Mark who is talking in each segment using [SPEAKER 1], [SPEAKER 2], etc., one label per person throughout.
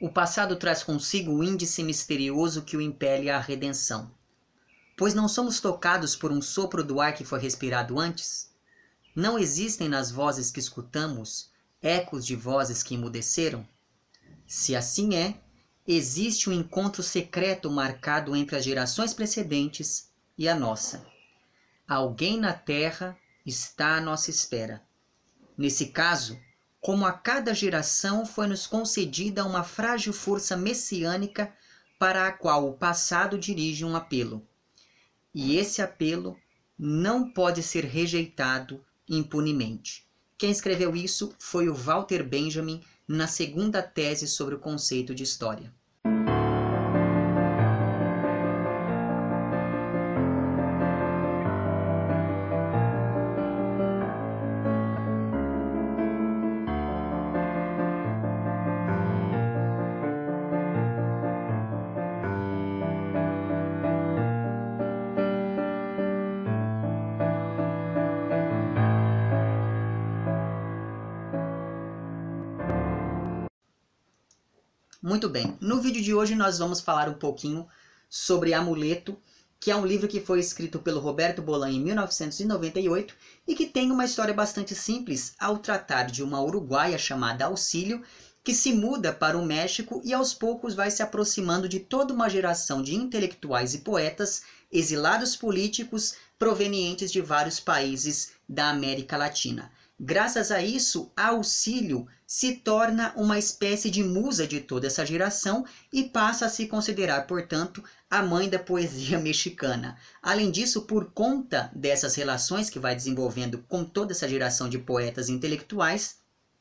[SPEAKER 1] O passado traz consigo o índice misterioso que o impele à redenção. Pois não somos tocados por um sopro do ar que foi respirado antes? Não existem nas vozes que escutamos ecos de vozes que emudeceram? Se assim é, existe um encontro secreto marcado entre as gerações precedentes e a nossa. Alguém na Terra está à nossa espera. Nesse caso, como a cada geração foi-nos concedida uma frágil força messiânica para a qual o passado dirige um apelo. E esse apelo não pode ser rejeitado impunemente. Quem escreveu isso foi o Walter Benjamin na segunda tese sobre o conceito de história. Muito bem, no vídeo de hoje nós vamos falar um pouquinho sobre Amuleto, que é um livro que foi escrito pelo Roberto Bolan em 1998 e que tem uma história bastante simples ao tratar de uma uruguaia chamada Auxílio, que se muda para o México e aos poucos vai se aproximando de toda uma geração de intelectuais e poetas, exilados políticos provenientes de vários países da América Latina. Graças a isso, Auxílio se torna uma espécie de musa de toda essa geração e passa a se considerar, portanto, a mãe da poesia mexicana. Além disso, por conta dessas relações que vai desenvolvendo com toda essa geração de poetas intelectuais,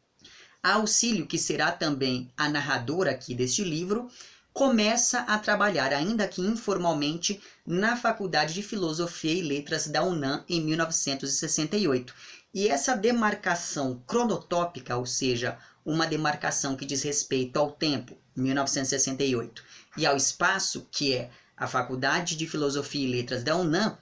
[SPEAKER 1] Auxílio, que será também a narradora aqui deste livro, começa a trabalhar, ainda que informalmente, na Faculdade de Filosofia e Letras da UNAM em 1968. E essa demarcação cronotópica, ou seja, uma demarcação que diz respeito ao tempo, 1968, e ao espaço, que é a Faculdade de Filosofia e Letras da UNAM,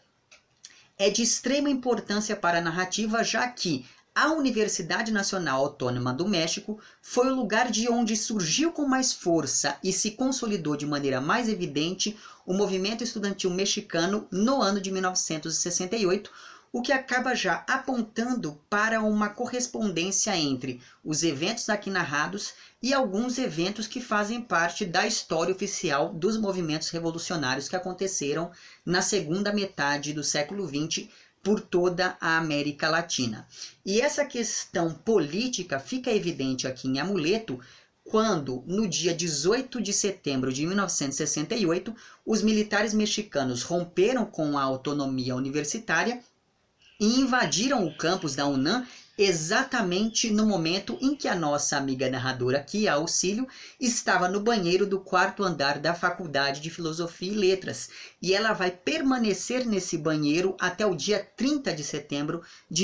[SPEAKER 1] é de extrema importância para a narrativa, já que a Universidade Nacional Autônoma do México foi o lugar de onde surgiu com mais força e se consolidou de maneira mais evidente o movimento estudantil mexicano no ano de 1968, o que acaba já apontando para uma correspondência entre os eventos aqui narrados e alguns eventos que fazem parte da história oficial dos movimentos revolucionários que aconteceram na segunda metade do século XX por toda a América Latina. E essa questão política fica evidente aqui em Amuleto, quando, no dia 18 de setembro de 1968, os militares mexicanos romperam com a autonomia universitária e invadiram o campus da UNAM exatamente no momento em que a nossa amiga narradora aqui, a Auxílio, estava no banheiro do quarto andar da Faculdade de Filosofia e Letras. E ela vai permanecer nesse banheiro até o dia 30 de setembro de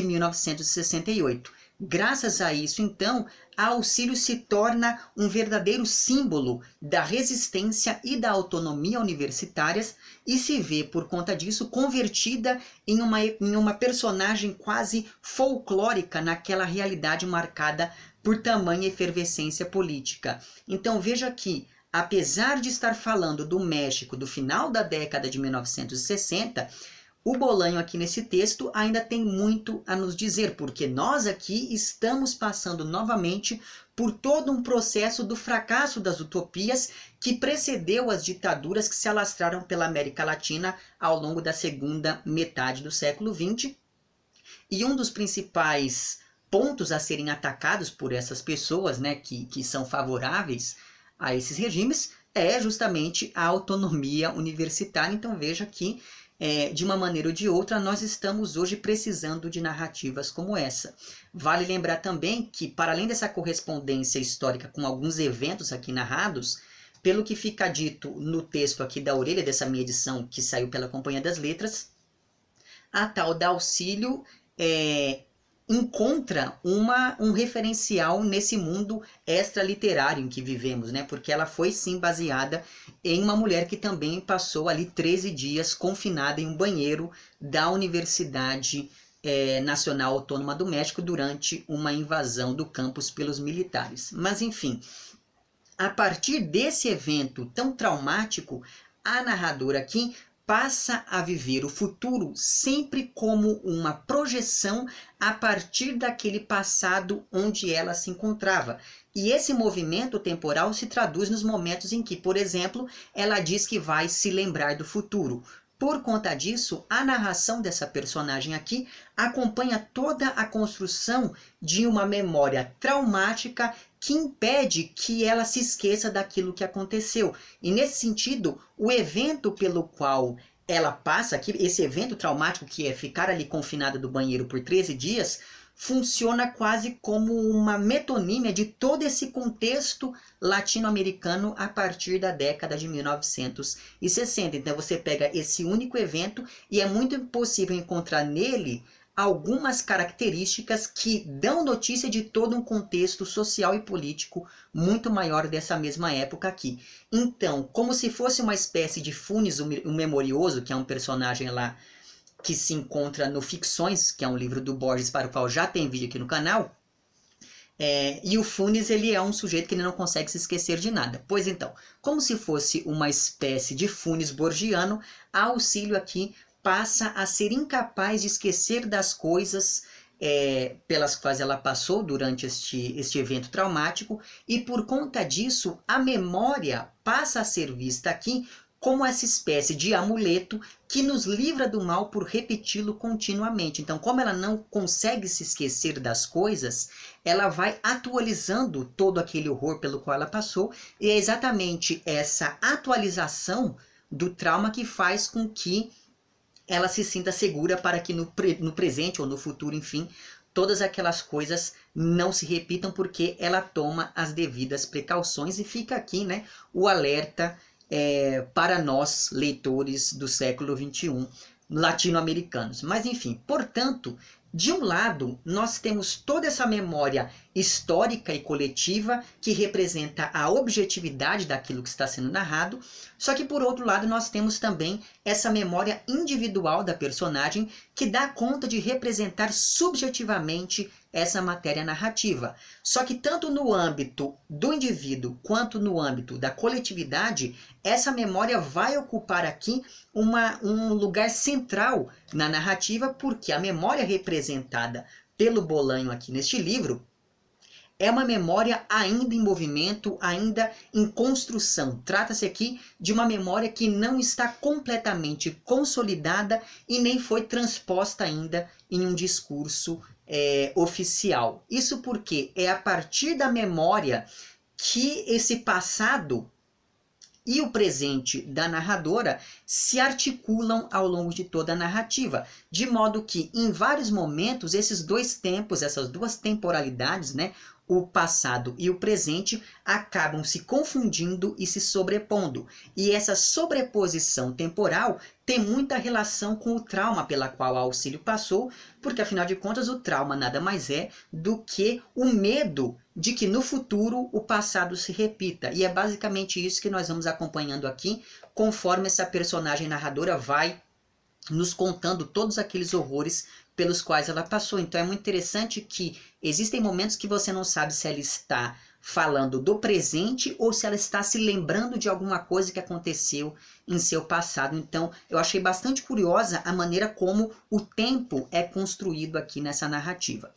[SPEAKER 1] 1968. Graças a isso, então, a Auxílio se torna um verdadeiro símbolo da resistência e da autonomia universitárias e se vê, por conta disso, convertida em uma personagem quase folclórica naquela realidade marcada por tamanha efervescência política. Então veja que, apesar de estar falando do México do final da década de 1960, o Bolanho aqui nesse texto ainda tem muito a nos dizer, porque nós aqui estamos passando novamente por todo um processo do fracasso das utopias que precedeu as ditaduras que se alastraram pela América Latina ao longo da segunda metade do século XX. E um dos principais pontos a serem atacados por essas pessoas, né, que são favoráveis a esses regimes é justamente a autonomia universitária. Então veja que de uma maneira ou de outra, nós estamos hoje precisando de narrativas como essa. Vale lembrar também que, para além dessa correspondência histórica com alguns eventos aqui narrados, pelo que fica dito no texto aqui da orelha dessa minha edição, que saiu pela Companhia das Letras, a tal da Auxílio encontra um referencial nesse mundo extraliterário em que vivemos, né? Porque ela foi sim baseada em uma mulher que também passou ali 13 dias confinada em um banheiro da Universidade Nacional Autônoma do México durante uma invasão do campus pelos militares. Mas enfim, A partir desse evento tão traumático, a narradora aqui passa a viver o futuro sempre como uma projeção a partir daquele passado onde ela se encontrava. E esse movimento temporal se traduz nos momentos em que, por exemplo, ela diz que vai se lembrar do futuro. Por conta disso, a narração dessa personagem aqui acompanha toda a construção de uma memória traumática que impede que ela se esqueça daquilo que aconteceu. E nesse sentido, o evento pelo qual ela passa, esse evento traumático que é ficar ali confinada do banheiro por 13 dias, funciona quase como uma metonímia de todo esse contexto latino-americano a partir da década de 1960. Então você pega esse único evento e é muito possível encontrar nele algumas características que dão notícia de todo um contexto social e político muito maior dessa mesma época aqui. Então, como se fosse uma espécie de Funes o Memorioso, que é um personagem lá que se encontra no Ficções, que é um livro do Borges para o qual já tem vídeo aqui no canal. E o Funes, ele é um sujeito que ele não consegue se esquecer de nada. Pois então, como se fosse uma espécie de Funes borgiano, a Auxílio aqui passa a ser incapaz de esquecer das coisas pelas quais ela passou durante este evento traumático, e por conta disso, a memória passa a ser vista aqui como essa espécie de amuleto que nos livra do mal por repeti-lo continuamente. Então, como ela não consegue se esquecer das coisas, ela vai atualizando todo aquele horror pelo qual ela passou, e é exatamente essa atualização do trauma que faz com que ela se sinta segura para que no presente ou no futuro, enfim, todas aquelas coisas não se repitam, porque ela toma as devidas precauções. E fica aqui, né, o alerta para nós, leitores do século XXI, latino-americanos. Mas enfim, portanto, de um lado, nós temos toda essa memória histórica e coletiva que representa a objetividade daquilo que está sendo narrado, só que por outro lado nós temos também essa memória individual da personagem que dá conta de representar subjetivamente essa matéria narrativa. Só que tanto no âmbito do indivíduo quanto no âmbito da coletividade, essa memória vai ocupar aqui um lugar central na narrativa, porque a memória representada pelo Bolanho aqui neste livro é uma memória ainda em movimento, ainda em construção. Trata-se aqui de uma memória que não está completamente consolidada e nem foi transposta ainda em um discurso oficial. Isso porque é a partir da memória que esse passado e o presente da narradora se articulam ao longo de toda a narrativa, de modo que em vários momentos esses dois tempos, essas duas temporalidades, né, o passado e o presente, acabam se confundindo e se sobrepondo. E essa sobreposição temporal tem muita relação com o trauma pela qual a Auxílio passou, porque afinal de contas o trauma nada mais é do que o medo de que no futuro o passado se repita. E é basicamente isso que nós vamos acompanhando aqui, conforme essa personagem narradora vai nos contando todos aqueles horrores pelos quais ela passou. Então é muito interessante que existem momentos que você não sabe se ela está falando do presente ou se ela está se lembrando de alguma coisa que aconteceu em seu passado. Então eu achei bastante curiosa a maneira como o tempo é construído aqui nessa narrativa.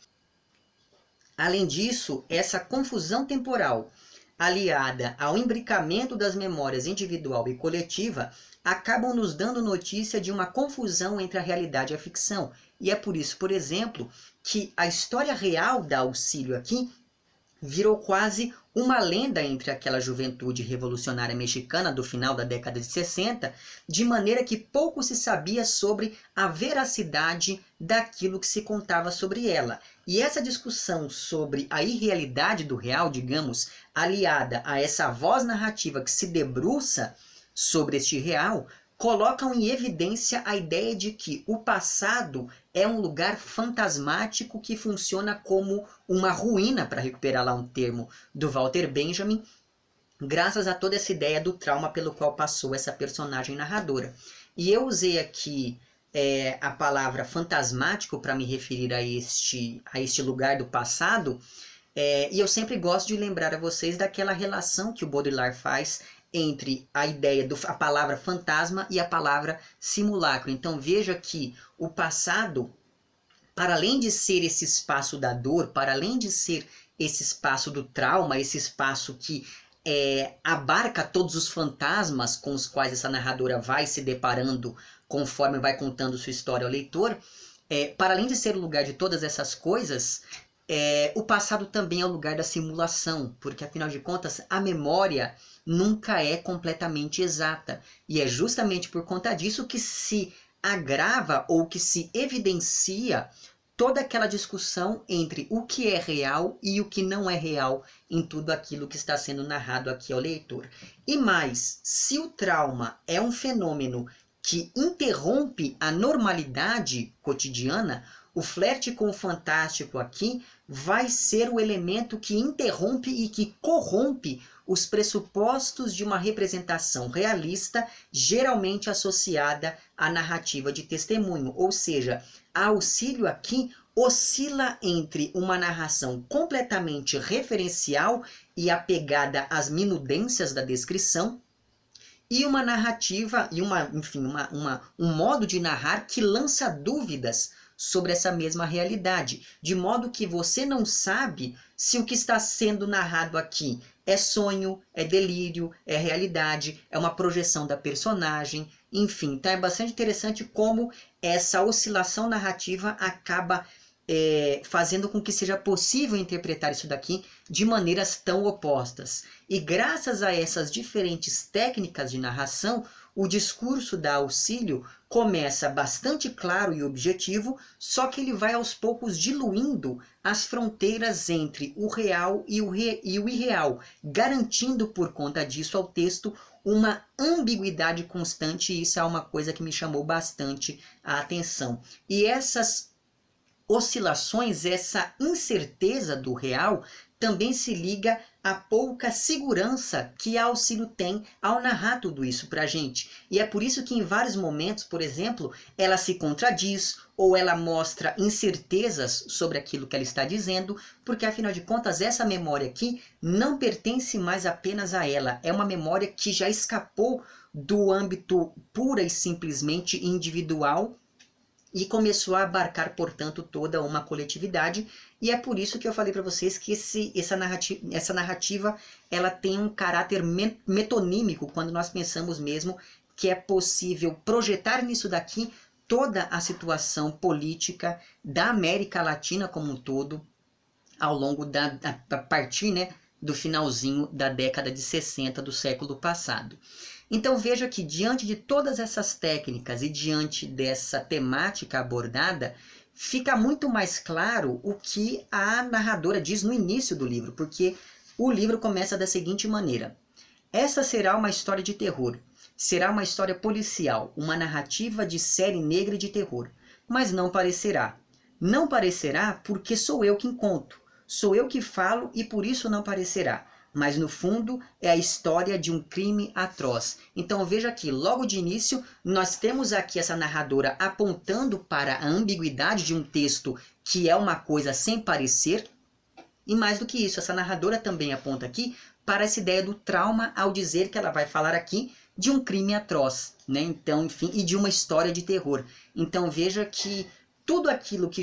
[SPEAKER 1] Além disso, essa confusão temporal, aliada ao imbricamento das memórias individual e coletiva, acabam nos dando notícia de uma confusão entre a realidade e a ficção. E é por isso, por exemplo, que a história real da Auxílio aqui virou quase uma lenda entre aquela juventude revolucionária mexicana do final da década de 60, de maneira que pouco se sabia sobre a veracidade daquilo que se contava sobre ela. E essa discussão sobre a irrealidade do real, digamos, aliada a essa voz narrativa que se debruça sobre este real, colocam em evidência a ideia de que o passado é um lugar fantasmático que funciona como uma ruína, para recuperar lá um termo do Walter Benjamin, graças a toda essa ideia do trauma pelo qual passou essa personagem narradora. E eu usei aqui a palavra fantasmático para me referir a este lugar do passado, E eu sempre gosto de lembrar a vocês daquela relação que o Baudrillard faz entre a ideia a palavra fantasma e a palavra simulacro. Então veja que o passado, para além de ser esse espaço da dor, para além de ser esse espaço do trauma, esse espaço que abarca todos os fantasmas com os quais essa narradora vai se deparando conforme vai contando sua história ao leitor, para além de ser o lugar de todas essas coisas, o passado também é o lugar da simulação, porque afinal de contas a memória nunca é completamente exata. E é justamente por conta disso que se agrava ou que se evidencia toda aquela discussão entre o que é real e o que não é real em tudo aquilo que está sendo narrado aqui ao leitor. E mais, se o trauma é um fenômeno que interrompe a normalidade cotidiana, o flerte com o fantástico aqui vai ser o elemento que interrompe e que corrompe os pressupostos de uma representação realista, geralmente associada à narrativa de testemunho. Ou seja, a Auxílio aqui oscila entre uma narração completamente referencial e apegada às minudências da descrição, e uma narrativa, e um modo de narrar que lança dúvidas sobre essa mesma realidade, de modo que você não sabe se o que está sendo narrado aqui é sonho, é delírio, é realidade, é uma projeção da personagem, enfim. Então é bastante interessante como essa oscilação narrativa acaba fazendo com que seja possível interpretar isso daqui de maneiras tão opostas. E graças a essas diferentes técnicas de narração, o discurso da Auxílio começa bastante claro e objetivo, só que ele vai aos poucos diluindo as fronteiras entre o real e o irreal, garantindo por conta disso ao texto uma ambiguidade constante, e isso é uma coisa que me chamou bastante a atenção. E essas oscilações, essa incerteza do real, também se liga à pouca segurança que a Auxílio tem ao narrar tudo isso para a gente. E é por isso que em vários momentos, por exemplo, ela se contradiz ou ela mostra incertezas sobre aquilo que ela está dizendo, porque afinal de contas essa memória aqui não pertence mais apenas a ela. É uma memória que já escapou do âmbito pura e simplesmente individual e começou a abarcar, portanto, toda uma coletividade. E é por isso que eu falei para vocês que essa narrativa ela tem um caráter metonímico, quando nós pensamos mesmo que é possível projetar nisso daqui toda a situação política da América Latina como um todo, ao longo a partir, né, do finalzinho da década de 60 do século passado. Então veja que diante de todas essas técnicas e diante dessa temática abordada, fica muito mais claro o que a narradora diz no início do livro, porque o livro começa da seguinte maneira: essa será uma história de terror, será uma história policial, uma narrativa de série negra e de terror, mas não parecerá. Não parecerá porque sou eu quem conto, sou eu que falo e por isso não parecerá. Mas no fundo é a história de um crime atroz. Então veja que logo de início nós temos aqui essa narradora apontando para a ambiguidade de um texto que é uma coisa sem parecer. E mais do que isso, essa narradora também aponta aqui para essa ideia do trauma ao dizer que ela vai falar aqui de um crime atroz, né? Então, enfim, e de uma história de terror. Então veja que tudo aquilo que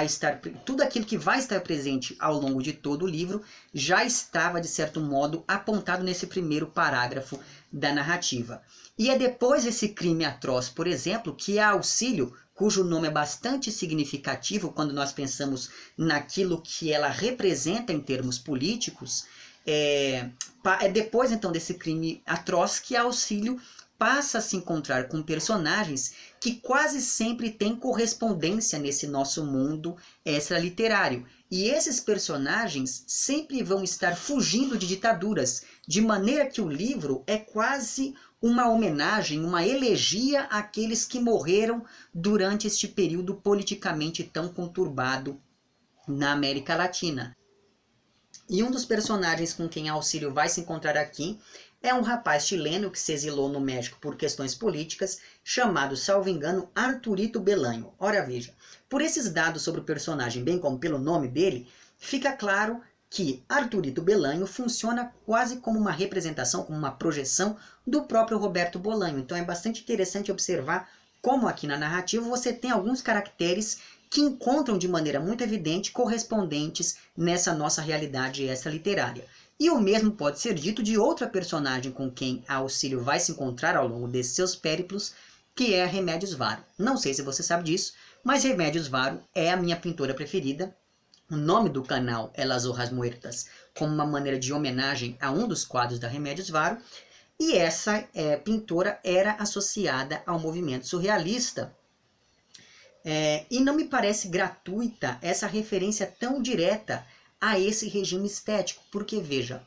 [SPEAKER 1] vai estar presente ao longo de todo o livro já estava, de certo modo, apontado nesse primeiro parágrafo da narrativa. E é depois desse crime atroz, por exemplo, que a Auxílio, cujo nome é bastante significativo quando nós pensamos naquilo que ela representa em termos políticos, é depois então desse crime atroz que a Auxílio passa a se encontrar com personagens que quase sempre têm correspondência nesse nosso mundo extraliterário. E esses personagens sempre vão estar fugindo de ditaduras, de maneira que o livro é quase uma homenagem, uma elegia àqueles que morreram durante este período politicamente tão conturbado na América Latina. E um dos personagens com quem Auxílio vai se encontrar aqui é um rapaz chileno que se exilou no México por questões políticas, chamado, salvo engano, Arturito Belanho. Ora veja, por esses dados sobre o personagem, bem como pelo nome dele, fica claro que Arthurito Belanho funciona quase como uma representação, como uma projeção do próprio Roberto Bolanho. Então é bastante interessante observar como aqui na narrativa você tem alguns caracteres que encontram de maneira muito evidente correspondentes nessa nossa realidade extraliterária. E o mesmo pode ser dito de outra personagem com quem a Auxílio vai se encontrar ao longo desses seus périplos, que é a Remédios Varo. Não sei se você sabe disso, mas Remédios Varo é a minha pintora preferida. O nome do canal é Las Hojas Muertas, como uma maneira de homenagem a um dos quadros da Remédios Varo. E essa pintora era associada ao movimento surrealista. E não me parece gratuita essa referência tão direta a esse regime estético, porque veja,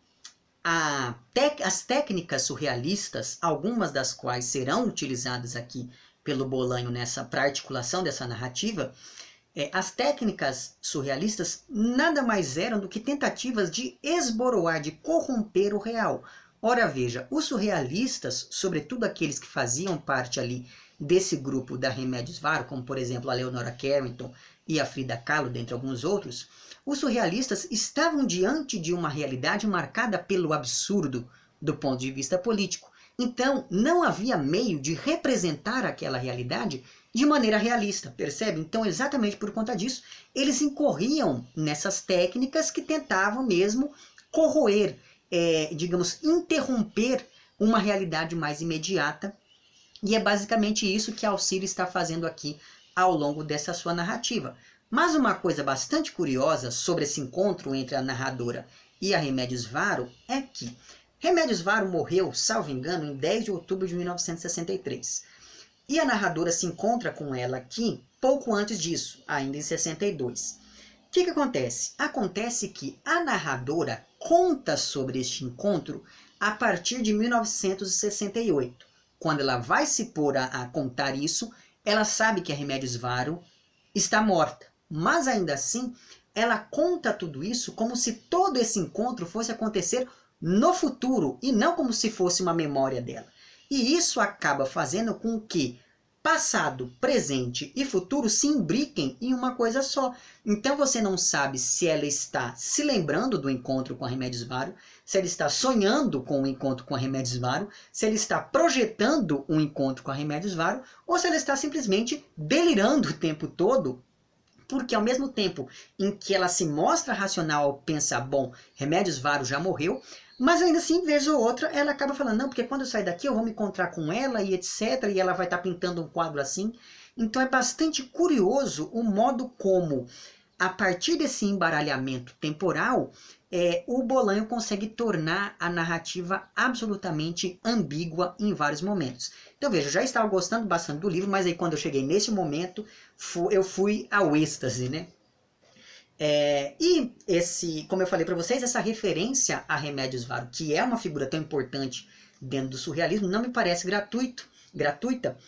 [SPEAKER 1] as técnicas surrealistas, algumas das quais serão utilizadas aqui pelo Bolanho para articulação dessa narrativa, as técnicas surrealistas nada mais eram do que tentativas de esboroar, de corromper o real. Ora veja, os surrealistas, sobretudo aqueles que faziam parte ali desse grupo da Remédios Varo, como por exemplo a Leonora Carrington e a Frida Kahlo, dentre alguns outros, os surrealistas estavam diante de uma realidade marcada pelo absurdo do ponto de vista político. Então, não havia meio de representar aquela realidade de maneira realista, percebe? Então, exatamente por conta disso, eles incorriam nessas técnicas que tentavam mesmo corroer, digamos, interromper uma realidade mais imediata. E é basicamente isso que Auxílio está fazendo aqui ao longo dessa sua narrativa. Mas uma coisa bastante curiosa sobre esse encontro entre a narradora e a Remédios Varo é que Remédios Varo morreu, salvo engano, em 10 de outubro de 1963. E a narradora se encontra com ela aqui pouco antes disso, ainda em 62. O que acontece? Acontece que a narradora conta sobre este encontro a partir de 1968. Quando ela vai se pôr a contar isso, ela sabe que a Remédios Varo está morta. Mas ainda assim, ela conta tudo isso como se todo esse encontro fosse acontecer no futuro e não como se fosse uma memória dela. E isso acaba fazendo com que passado, presente e futuro se imbriquem em uma coisa só. Então você não sabe se ela está se lembrando do encontro com a Remédios Varo, se ela está sonhando com o encontro com a Remédios Varo, se ela está projetando um encontro com a Remédios Varo, ou se ela está simplesmente delirando o tempo todo, porque ao mesmo tempo em que ela se mostra racional, pensa, bom, Remédios Varo já morreu, mas ainda assim, vez ou outra, ela acaba falando, não, porque quando eu sair daqui eu vou me encontrar com ela e etc, e ela vai estar pintando um quadro assim. Então é bastante curioso o modo como, a partir desse embaralhamento temporal, o Bolanho consegue tornar a narrativa absolutamente ambígua em vários momentos. Então veja, eu já estava gostando bastante do livro, mas aí quando eu cheguei nesse momento, eu fui ao êxtase, né? Como eu falei para vocês, essa referência a Remédios Varo, que é uma figura tão importante dentro do surrealismo, não me parece gratuita.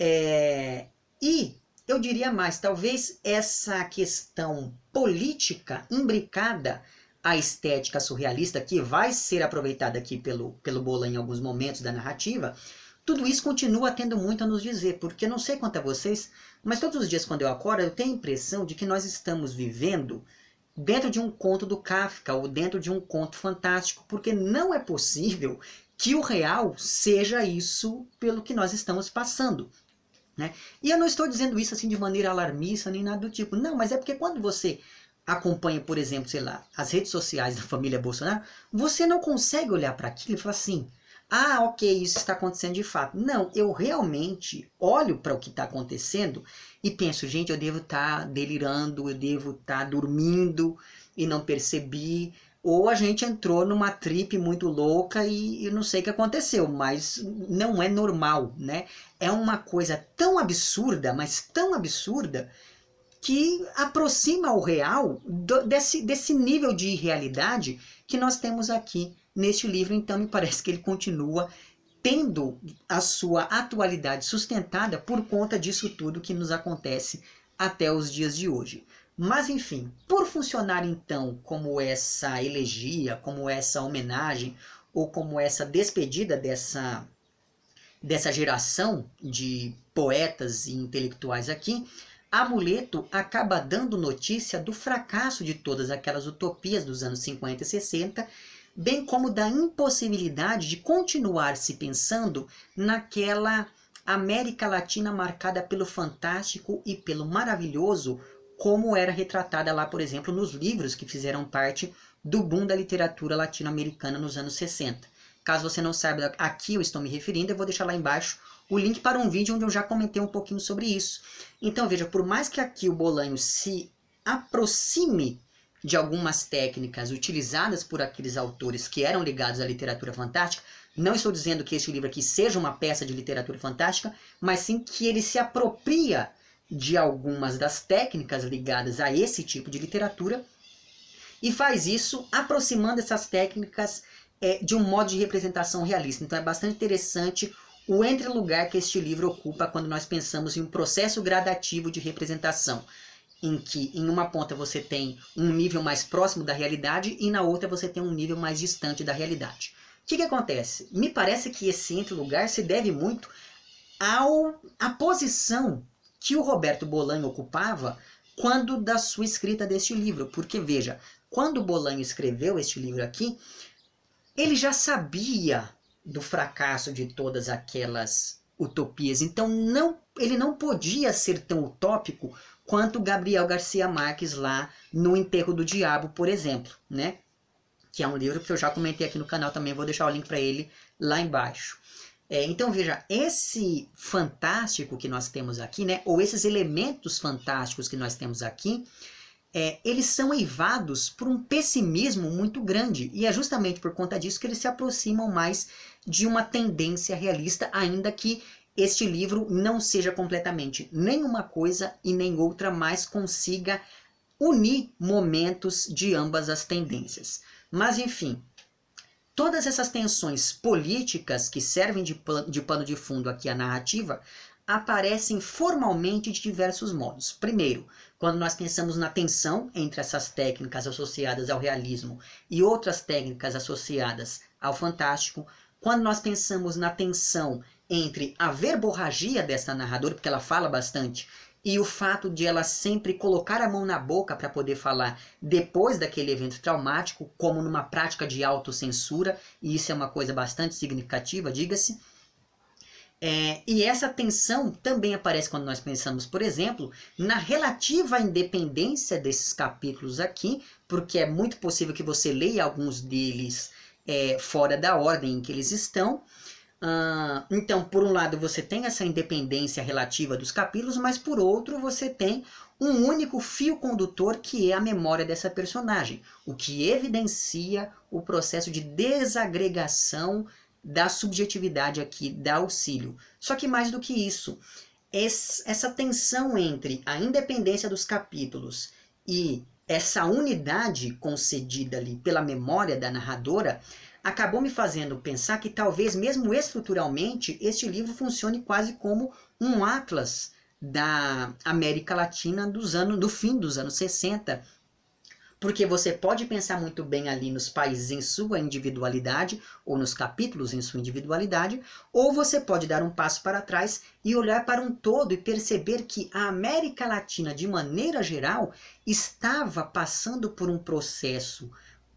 [SPEAKER 1] E eu diria mais, talvez essa questão política imbricada à estética surrealista, que vai ser aproveitada aqui pelo Bolanho em alguns momentos da narrativa, tudo isso continua tendo muito a nos dizer, porque eu não sei quanto a vocês, mas todos os dias quando eu acordo, eu tenho a impressão de que nós estamos vivendo dentro de um conto do Kafka, ou dentro de um conto fantástico, porque não é possível que o real seja isso pelo que nós estamos passando. Né? E eu não estou dizendo isso assim de maneira alarmista, nem nada do tipo. Não, mas é porque quando você acompanha, por exemplo, sei lá, as redes sociais da família Bolsonaro, você não consegue olhar para aquilo e falar assim, ah, ok, isso está acontecendo de fato. Não, eu realmente olho para o que está acontecendo e penso, gente, eu devo estar delirando, eu devo estar dormindo e não percebi. Ou a gente entrou numa trip muito louca e eu não sei o que aconteceu, mas não é normal, né? É uma coisa tão absurda, mas tão absurda, que aproxima o real desse nível de realidade que nós temos aqui neste livro. Então me parece que ele continua tendo a sua atualidade sustentada por conta disso tudo que nos acontece até os dias de hoje. Mas enfim, por funcionar então como essa elegia, como essa homenagem, ou como essa despedida dessa geração de poetas e intelectuais aqui, Amuleto acaba dando notícia do fracasso de todas aquelas utopias dos anos 50 e 60, bem como da impossibilidade de continuar se pensando naquela América Latina marcada pelo fantástico e pelo maravilhoso, como era retratada lá, por exemplo, nos livros que fizeram parte do boom da literatura latino-americana nos anos 60. Caso você não saiba a que eu estou me referindo, eu vou deixar lá embaixo o link para um vídeo onde eu já comentei um pouquinho sobre isso. Então veja, por mais que aqui o Bolanho se aproxime de algumas técnicas utilizadas por aqueles autores que eram ligados à literatura fantástica, não estou dizendo que este livro aqui seja uma peça de literatura fantástica, mas sim que ele se apropria de algumas das técnicas ligadas a esse tipo de literatura e faz isso aproximando essas técnicas de um modo de representação realista. Então é bastante interessante o entrelugar que este livro ocupa quando nós pensamos em um processo gradativo de representação, em que em uma ponta você tem um nível mais próximo da realidade e na outra você tem um nível mais distante da realidade. O que acontece? Me parece que esse entrelugar se deve muito à posição que o Roberto Bolanho ocupava quando da sua escrita deste livro. Porque, veja, quando o Bolanho escreveu este livro aqui, ele já sabia do fracasso de todas aquelas utopias. Então, ele não podia ser tão utópico quanto Gabriel Garcia Marques lá no Enterro do Diabo, por exemplo, né? Que é um livro que eu já comentei aqui no canal também, vou deixar o link para ele lá embaixo. Então veja, esse fantástico que nós temos aqui, né, ou esses elementos fantásticos que nós temos aqui, eles são eivados por um pessimismo muito grande, e é justamente por conta disso que eles se aproximam mais de uma tendência realista, ainda que este livro não seja completamente nem uma coisa e nem outra, mas consiga unir momentos de ambas as tendências. Mas enfim, todas essas tensões políticas que servem de pano de fundo aqui à narrativa aparecem formalmente de diversos modos. Primeiro, quando nós pensamos na tensão entre essas técnicas associadas ao realismo e outras técnicas associadas ao fantástico, quando nós pensamos na tensão entre a verborragia dessa narradora, porque ela fala bastante, e o fato de ela sempre colocar a mão na boca para poder falar depois daquele evento traumático, como numa prática de autocensura, e isso é uma coisa bastante significativa, diga-se. E essa tensão também aparece quando nós pensamos, por exemplo, na relativa independência desses capítulos aqui, porque é muito possível que você leia alguns deles fora da ordem em que eles estão. Então, por um lado, você tem essa independência relativa dos capítulos, mas por outro, você tem um único fio condutor que é a memória dessa personagem, o que evidencia o processo de desagregação da subjetividade aqui da Auxílio. Só que mais do que isso, essa tensão entre a independência dos capítulos e essa unidade concedida ali pela memória da narradora acabou me fazendo pensar que talvez mesmo estruturalmente este livro funcione quase como um atlas da América Latina do fim dos anos 60, porque você pode pensar muito bem ali nos países em sua individualidade, ou nos capítulos em sua individualidade, ou você pode dar um passo para trás e olhar para um todo e perceber que a América Latina, de maneira geral, estava passando por um processo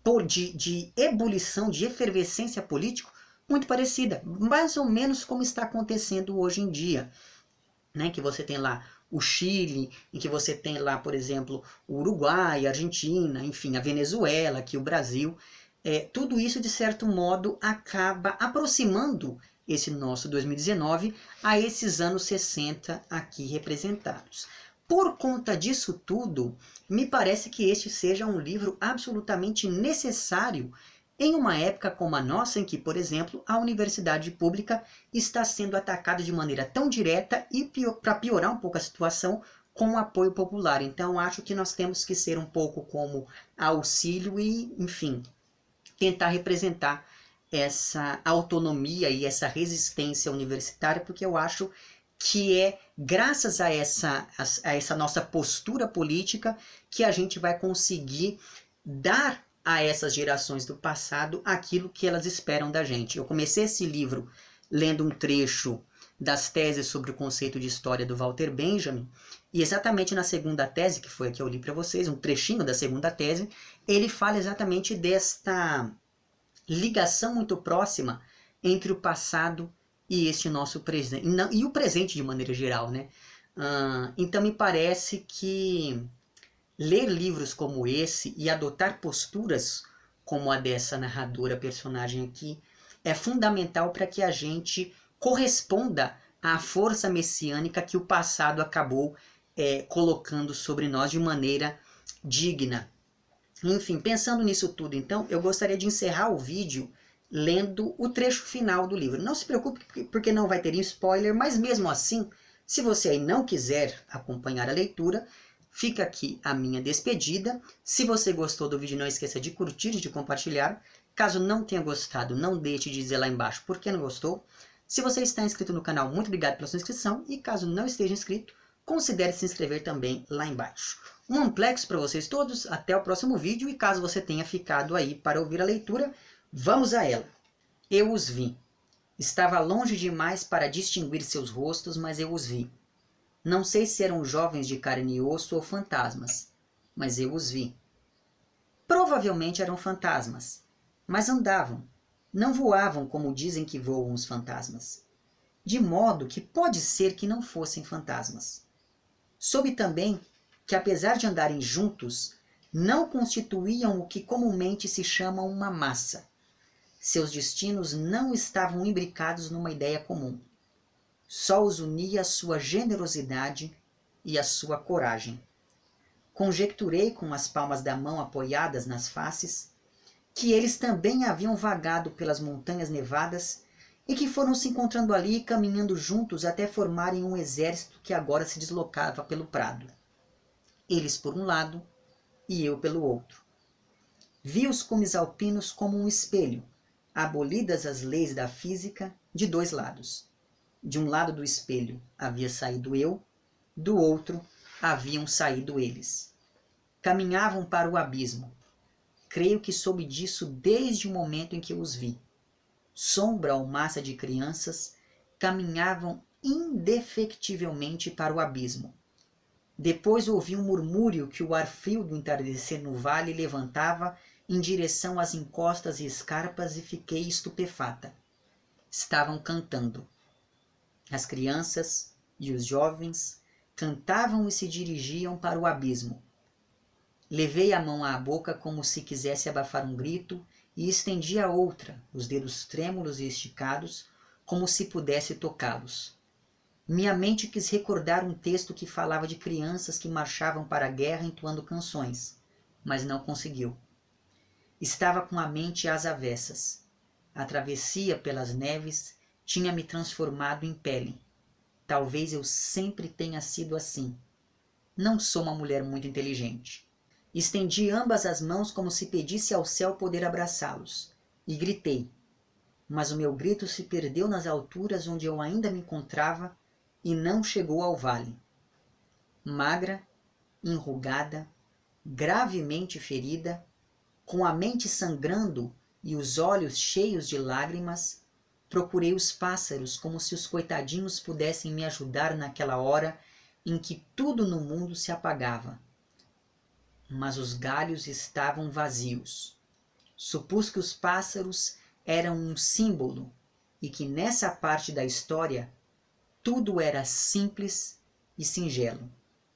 [SPEAKER 1] de ebulição, de efervescência política muito parecida, mais ou menos como está acontecendo hoje em dia, né? Que você tem lá o Chile, em que você tem lá, por exemplo, o Uruguai, a Argentina, enfim, a Venezuela, aqui o Brasil. Tudo isso, de certo modo, acaba aproximando esse nosso 2019 a esses anos 60 aqui representados. Por conta disso tudo, me parece que este seja um livro absolutamente necessário em uma época como a nossa, em que, por exemplo, a universidade pública está sendo atacada de maneira tão direta e, para piorar um pouco a situação, com o apoio popular. Então, acho que nós temos que ser um pouco como Auxílio e, enfim, tentar representar essa autonomia e essa resistência universitária, porque eu acho que é graças a essa nossa postura política que a gente vai conseguir dar a essas gerações do passado aquilo que elas esperam da gente. Eu comecei esse livro lendo um trecho das teses sobre o conceito de história do Walter Benjamin, e exatamente na segunda tese, que foi a que eu li para vocês, um trechinho da segunda tese, ele fala exatamente desta ligação muito próxima entre o passado e este nosso presente, e o presente de maneira geral, né? Então me parece que ler livros como esse e adotar posturas como a dessa narradora personagem aqui é fundamental para que a gente corresponda à força messiânica que o passado acabou colocando sobre nós de maneira digna. Enfim, pensando nisso tudo, então, eu gostaria de encerrar o vídeo lendo o trecho final do livro. Não se preocupe, porque não vai ter spoiler, mas mesmo assim, se você aí não quiser acompanhar a leitura, fica aqui a minha despedida. Se você gostou do vídeo, não esqueça de curtir e de compartilhar. Caso não tenha gostado, não deixe de dizer lá embaixo por que não gostou. Se você está inscrito no canal, muito obrigado pela sua inscrição. E caso não esteja inscrito, considere se inscrever também lá embaixo. Um amplex para vocês todos, até o próximo vídeo. E caso você tenha ficado aí para ouvir a leitura, vamos a ela. Eu os vi. Estava longe demais para distinguir seus rostos, mas eu os vi. Não sei se eram jovens de carne e osso ou fantasmas, mas eu os vi. Provavelmente eram fantasmas, mas andavam, não voavam como dizem que voam os fantasmas. De modo que pode ser que não fossem fantasmas. Soube também que, apesar de andarem juntos, não constituíam o que comumente se chama uma massa. Seus destinos não estavam imbricados numa ideia comum. Só os unia a sua generosidade e a sua coragem. Conjecturei com as palmas da mão apoiadas nas faces que eles também haviam vagado pelas montanhas nevadas e que foram se encontrando ali caminhando juntos até formarem um exército que agora se deslocava pelo prado. Eles por um lado e eu pelo outro. Vi os cumes alpinos como um espelho, abolidas as leis da física, de dois lados. De um lado do espelho havia saído eu, do outro haviam saído eles. Caminhavam para o abismo. Creio que soube disso desde o momento em que os vi. Sombra ou massa de crianças caminhavam indefectivelmente para o abismo. Depois ouvi um murmúrio que o ar frio do entardecer no vale levantava em direção às encostas e escarpas e fiquei estupefata. Estavam cantando. As crianças e os jovens cantavam e se dirigiam para o abismo. Levei a mão à boca como se quisesse abafar um grito e estendi a outra, os dedos trêmulos e esticados, como se pudesse tocá-los. Minha mente quis recordar um texto que falava de crianças que marchavam para a guerra entoando canções, mas não conseguiu. Estava com a mente às avessas. A travessia pelas neves tinha me transformado em pele. Talvez eu sempre tenha sido assim. Não sou uma mulher muito inteligente. Estendi ambas as mãos como se pedisse ao céu poder abraçá-los. E gritei. Mas o meu grito se perdeu nas alturas onde eu ainda me encontrava e não chegou ao vale. Magra, enrugada, gravemente ferida, com a mente sangrando e os olhos cheios de lágrimas, procurei os pássaros como se os coitadinhos pudessem me ajudar naquela hora em que tudo no mundo se apagava. Mas os galhos estavam vazios. Supus que os pássaros eram um símbolo e que nessa parte da história tudo era simples e singelo.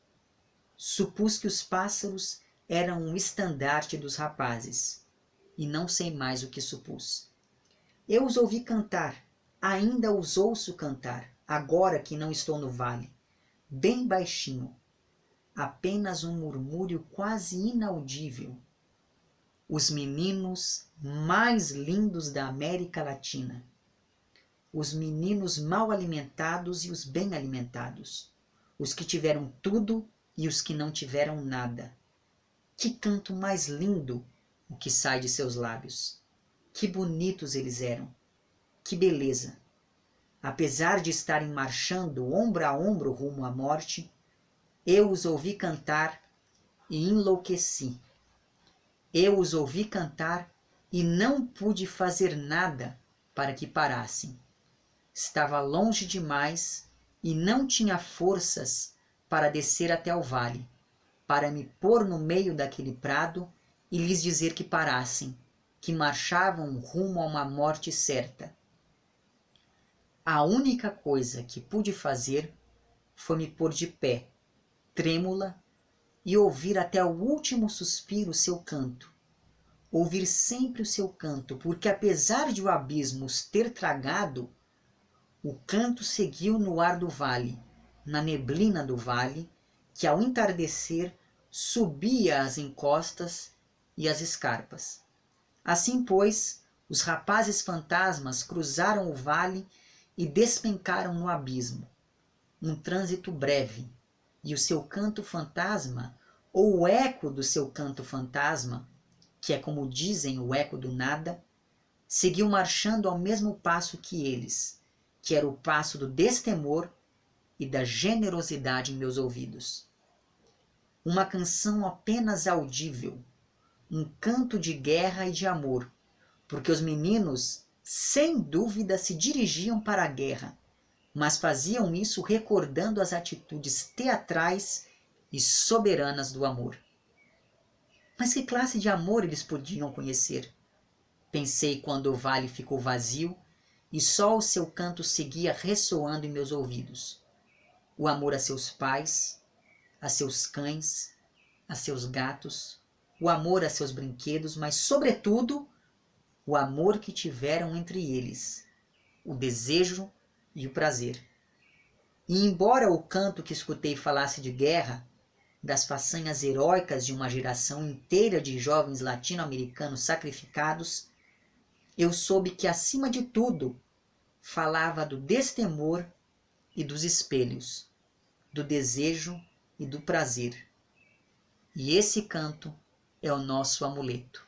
[SPEAKER 1] Supus que os pássaros eram um estandarte dos rapazes e não sei mais o que supus. Eu os ouvi cantar, ainda os ouço cantar, agora que não estou no vale, bem baixinho, apenas um murmúrio quase inaudível. Os meninos mais lindos da América Latina. Os meninos mal alimentados e os bem alimentados. Os que tiveram tudo e os que não tiveram nada. Que canto mais lindo o que sai de seus lábios. Que bonitos eles eram. Que beleza. Apesar de estarem marchando ombro a ombro rumo à morte, eu os ouvi cantar e enlouqueci. Eu os ouvi cantar e não pude fazer nada para que parassem. estava longe demais e não tinha forças para descer até o vale, para me pôr no meio daquele prado e lhes dizer que parassem, que marchavam rumo a uma morte certa. A única coisa que pude fazer foi me pôr de pé, trêmula, e ouvir até o último suspiro o seu canto. Ouvir sempre o seu canto, porque apesar de o abismo os ter tragado, o canto seguiu no ar do vale, na neblina do vale, que ao entardecer subia as encostas e as escarpas. Assim, pois, os rapazes fantasmas cruzaram o vale e despencaram no abismo. Um trânsito breve, e o seu canto fantasma, ou o eco do seu canto fantasma, que é como dizem o eco do nada, seguiu marchando ao mesmo passo que eles, que era o passo do destemor e da generosidade em meus ouvidos. Uma canção apenas audível, um canto de guerra e de amor, porque os meninos, sem dúvida, se dirigiam para a guerra, mas faziam isso recordando as atitudes teatrais e soberanas do amor. Mas que classe de amor eles podiam conhecer? Pensei quando o vale ficou vazio e só o seu canto seguia ressoando em meus ouvidos. O amor a seus pais, a seus cães, a seus gatos, o amor a seus brinquedos, mas, sobretudo, o amor que tiveram entre eles, o desejo e o prazer. E embora o canto que escutei falasse de guerra, das façanhas heróicas de uma geração inteira de jovens latino-americanos sacrificados, eu soube que, acima de tudo, falava do destemor e dos espelhos, do desejo e do prazer. E esse canto é o nosso amuleto.